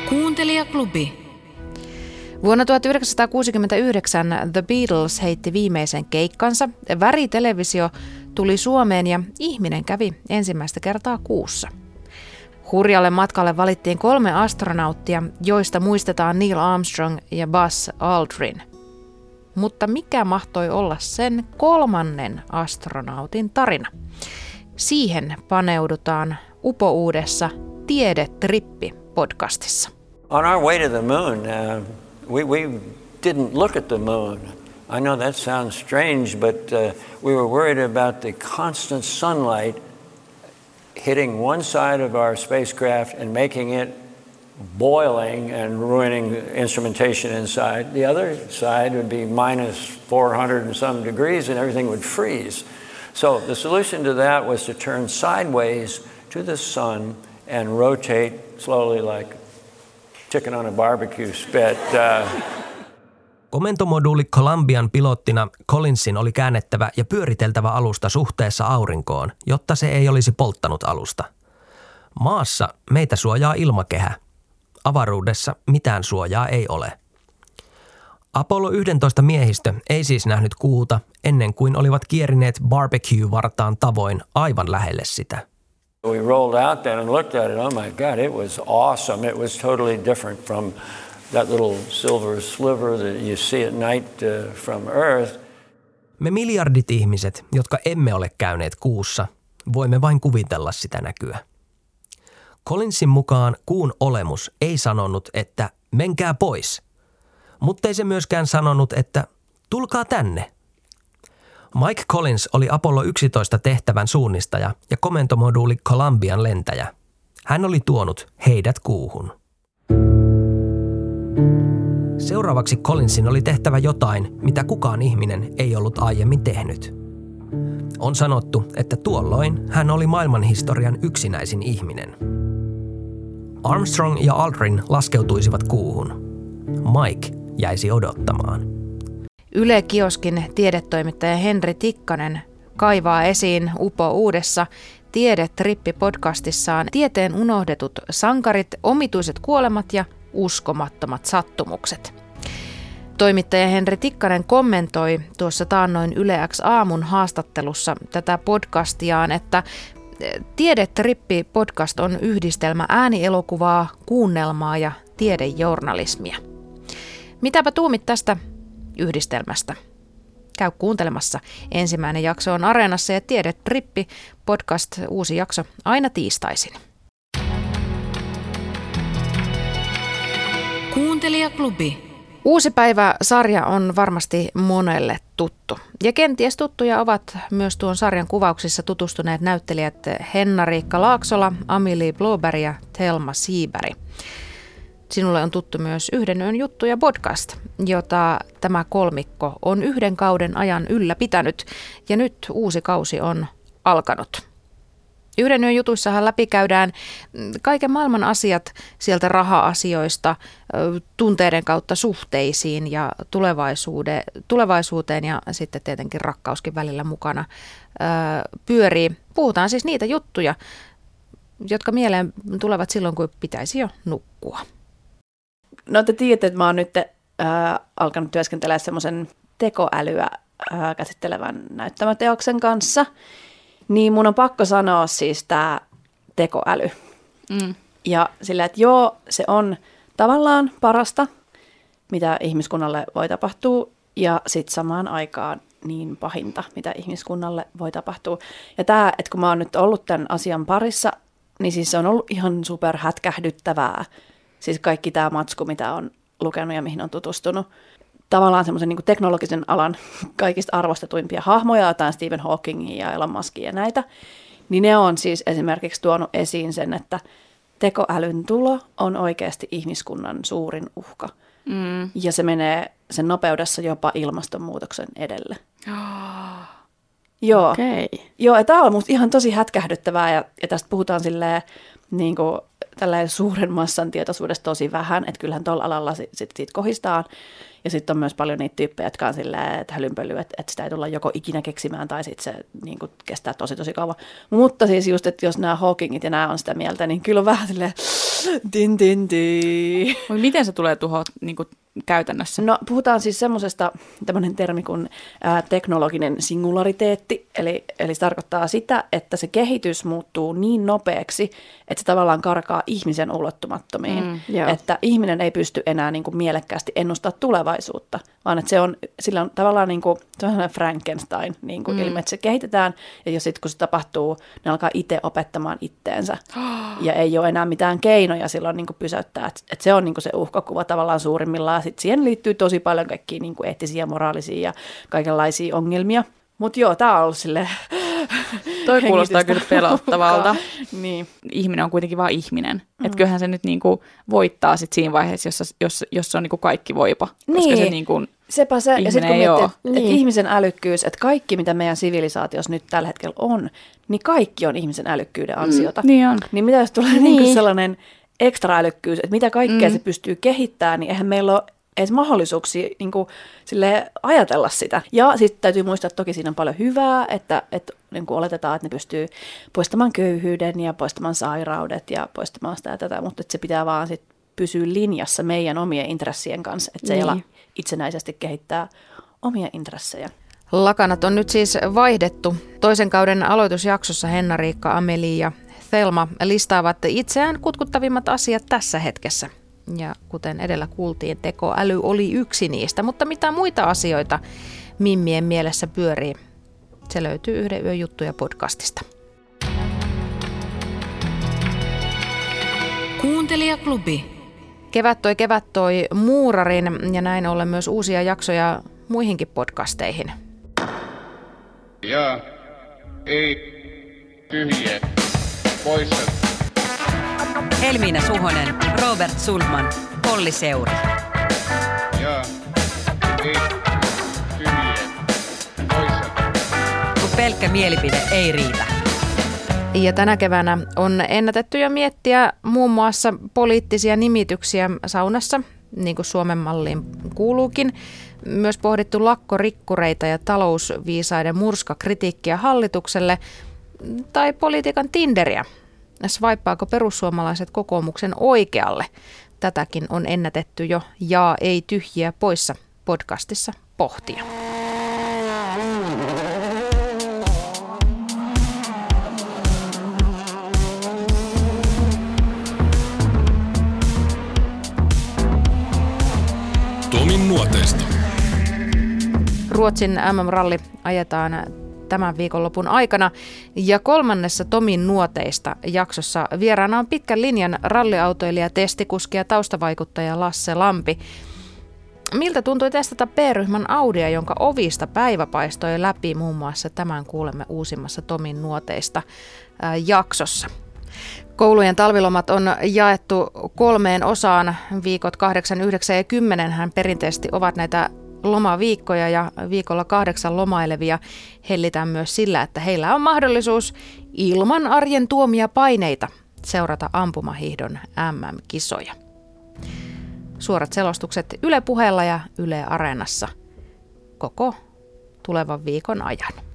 Kuuntelijaklubi. Vuonna 1969 The Beatles heitti viimeisen keikkansa, väritelevisio tuli Suomeen ja ihminen kävi ensimmäistä kertaa kuussa. Hurjalle matkalle valittiin 3 astronauttia, joista muistetaan Neil Armstrong ja Buzz Aldrin. Mutta mikä mahtoi olla sen 3. astronautin tarina? Siihen paneudutaan upouudessa Tiedetrippi-podcastissa. On our way to the moon, we didn't look at the moon. I know that sounds strange, but we were worried about the constant sunlight hitting one side of our spacecraft and making it boiling and ruining instrumentation inside. The other side would be minus 400 and some degrees and everything would freeze. So the solution to that was to turn sideways to the sun and rotate slowly like chicken on a barbecue spit. Komentomoduuli Columbian pilottina Collinsin oli käännettävä ja pyöriteltävä alusta suhteessa aurinkoon, jotta se ei olisi polttanut alusta. Maassa meitä suojaa ilmakehä. Avaruudessa mitään suojaa ei ole. Apollo 11 miehistö ei siis nähnyt kuuta ennen kuin olivat kierineet barbecue-vartaan tavoin aivan lähelle sitä. We rolled out there and looked at it. Oh my God, it was awesome. It was totally different from that little silver sliver that you see at night from Earth. Me miljardit ihmiset, jotka emme ole käyneet kuussa, voimme vain kuvitella sitä näkyä. Collinsin mukaan kuun olemus ei sanonut, että menkää pois, mutta ei se myöskään sanonut, että tulkaa tänne. Mike Collins oli Apollo 11 tehtävän suunnistaja ja komentomoduuli Columbian lentäjä. Hän oli tuonut heidät kuuhun. Seuraavaksi Collinsin oli tehtävä jotain, mitä kukaan ihminen ei ollut aiemmin tehnyt. On sanottu, että tuolloin hän oli maailmanhistorian yksinäisin ihminen. Armstrong ja Aldrin laskeutuisivat kuuhun. Mike jäisi odottamaan. Yle-kioskin tiedetoimittaja Henri Tikkanen kaivaa esiin upouudessa Tiedetrippi-podcastissaan tieteen unohdetut sankarit, omituiset kuolemat ja uskomattomat sattumukset. Toimittaja Henri Tikkanen kommentoi tuossa taannoin Yle X aamun haastattelussa tätä podcastiaan, että Tiedetrippi-podcast on yhdistelmä äänielokuvaa, kuunnelmaa ja tiedejournalismia. Mitäpä tuumit tästä yhdistelmästä? Käy kuuntelemassa. Ensimmäinen jakso on Areenassa ja Tiedetrippi podcast uusi jakso aina tiistaisin. Kuuntelijaklubi. Uusi päivä-sarja on varmasti monelle tuttu. Ja kenties tuttuja ovat myös tuon sarjan kuvauksissa tutustuneet näyttelijät Henna-Riikka Laaksola, Amelie Blåberg ja Thelma Seaberg. Sinulle on tuttu myös Yhden yön juttuja podcast, jota tämä kolmikko on 1 kauden ajan ylläpitänyt ja nyt uusi kausi on alkanut. Yhden yön jutuissahan läpikäydään kaiken maailman asiat sieltä raha-asioista, tunteiden kautta suhteisiin ja tulevaisuuteen ja sitten tietenkin rakkauskin välillä mukana pyörii. Puhutaan siis niitä juttuja, jotka mieleen tulevat silloin, kun pitäisi jo nukkua. No te tiedätte, että mä oon nyt alkanut työskentelemään semmoisen tekoälyä käsittelevän näyttämöteoksen kanssa. Niin mun on pakko sanoa siis tämä tekoäly. Ja sillä, että joo, se on tavallaan parasta, mitä ihmiskunnalle voi tapahtua, ja sitten samaan aikaan niin pahinta, mitä ihmiskunnalle voi tapahtua. Ja tämä, että kun mä oon nyt ollut tämän asian parissa, niin siis se on ollut ihan super hätkähdyttävää. Siis kaikki tämä matsku, mitä on lukenut ja mihin on tutustunut. Tavallaan semmoisen niin kuin teknologisen alan kaikista arvostetuimpia hahmoja, jotain Stephen Hawkingia ja Elon Muskia ja näitä, niin ne on siis esimerkiksi tuonut esiin sen, että tekoälyn tulo on oikeasti ihmiskunnan suurin uhka. Ja se menee sen nopeudessa jopa ilmastonmuutoksen edelle. Joo. Okay. Joo, ja tämä on musta ihan tosi hätkähdyttävää, ja tästä puhutaan silleen niin kuin tällainen suuren massan tietoisuudesta tosi vähän, että kyllähän tuolla alalla siitä kohistaan. Ja sitten on myös paljon niitä tyyppejä, jotka on silleen, että hälynpölyä, että sitä ei tulla joko ikinä keksimään tai sitten se niin kuin kestää tosi kauan. Mutta siis just, että jos nämä Hawkingit ja nämä on sitä mieltä, niin kyllä on vähän silleen, Din, din, din. Miten se tulee tuho niin kuin käytännössä? No puhutaan siis semmoisesta, tämmöinen termi kuin teknologinen singulariteetti, eli se tarkoittaa sitä, että se kehitys muuttuu niin nopeaksi, että se tavallaan karkaa ihmisen ulottumattomiin, että ihminen ei pysty enää niin kuin mielekkäästi ennustaa tulevaisuutta, vaan että sillä on tavallaan niin kuin, se on sellainen Frankenstein niin kuin ilme, että se kehitetään ja sitten kun se tapahtuu, ne alkaa itse opettamaan itteensä ja ei ole enää mitään keinoja silloin niin kuin pysäyttää, että se on niin kuin se uhkakuva tavallaan suurimmillaan. Sitten siihen liittyy tosi paljon kaikkia niin kuin eettisiä, moraalisia ja kaikenlaisia ongelmia. Mutta joo, tämä on ollut silleen Toi kuulostaa kyllä pelottavalta. Niin. Ihminen on kuitenkin vain ihminen. Että kyllähän se nyt niinku voittaa sit siinä vaiheessa, jos se on niinku kaikki voipa. Koska se niinku sepä se. Ja sitten kun miettii, että Niin. ihmisen älykkyys, että kaikki mitä meidän sivilisaatiossa nyt tällä hetkellä on, niin kaikki on ihmisen älykkyyden ansiota. Niin on. Niin mitä jos tulee niinku sellainen ekstra älykkyys, että mitä kaikkea se pystyy kehittämään, niin eihän meillä ole edes mahdollisuuksia niin kuin, ajatella sitä. Ja sitten täytyy muistaa, että toki siinä on paljon hyvää, että niin kuin oletetaan, että ne pystyy poistamaan köyhyyden ja poistamaan sairaudet ja poistamaan sitä ja tätä, mutta että se pitää vaan sit pysyä linjassa meidän omien intressien kanssa, että se ei ala itsenäisesti kehittää omia intressejä. Lakanat on nyt siis vaihdettu. Toisen kauden aloitusjaksossa Henna-Riikka, Amelie ja Thelma listaavat itseään kutkuttavimmat asiat tässä hetkessä. Ja kuten edellä kuultiin, tekoäly oli yksi niistä, mutta mitä muita asioita mimmien mielessä pyörii? Se löytyy Yhden yön juttuja podcastista. Kuuntelijaklubi. Kevät toi muurarin ja näin ollen myös uusia jaksoja muihinkin podcasteihin. Ja ei tyhjiä poissa. Helmiina Suhonen, Robert Sulman, Olli Seuri. Ja ei tyhjiä poissa. Kun pelkkä mielipide ei riitä. Ja tänä keväänä on ennätetty jo miettiä muun muassa poliittisia nimityksiä saunassa, niin kuin Suomen malliin kuuluukin. Myös pohdittu lakkorikkureita ja talousviisaiden murskakritiikkiä hallitukselle tai politiikan Tinderiä. Swipeaako perussuomalaiset kokoomuksen oikealle? Tätäkin on ennätetty jo Ja ei tyhjiä poissa podcastissa pohtia. Tomin nuoteista. Ruotsin MM-ralli ajetaan tämän viikonlopun aikana ja 3. Tomin nuoteista jaksossa vieraana on pitkän linjan ralliautoilija, testikuski ja taustavaikuttaja Lasse Lampi. Miltä tuntui testata B-ryhmän Audia, jonka ovista päivä paistoi läpi muun muassa tämän kuulemme uusimmassa Tomin nuoteista jaksossa? Koulujen talvilomat on jaettu 3 osaan. Viikot 8, 9 ja 10 hän perinteisesti ovat näitä lomaviikkoja ja viikolla 8 lomailevia hellitään myös sillä, että heillä on mahdollisuus ilman arjen tuomia paineita seurata ampumahiihdon MM-kisoja. Suorat selostukset Yle Puheella ja Yle Areenassa koko tulevan viikon ajan.